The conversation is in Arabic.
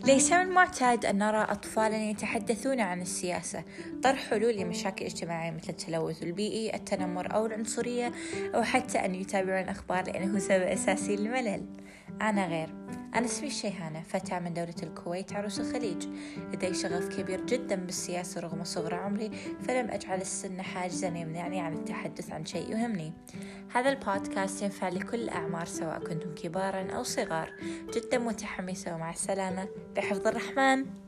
ليس من المعتاد أن نرى أطفالا يتحدثون عن السياسة، طرح حلول لمشاكل اجتماعية مثل التلوث البيئي، التنمر أو العنصرية، أو حتى أن يتابعون الأخبار لأنه سبب أساسي للملل. أنا غير. أنا اسمي شيهانة، فتاة من دولة الكويت عروس الخليج. لدي شغف كبير جدا بالسياسة رغم صغر عمري، فلم أجعل السن حاجزا يمنعني عن التحدث عن شيء يهمني. هذا البودكاست ينفع لكل الأعمار سواء كنتم كبارا أو صغار. جدا متحمسة، ومع السلامة بحفظ الرحمن.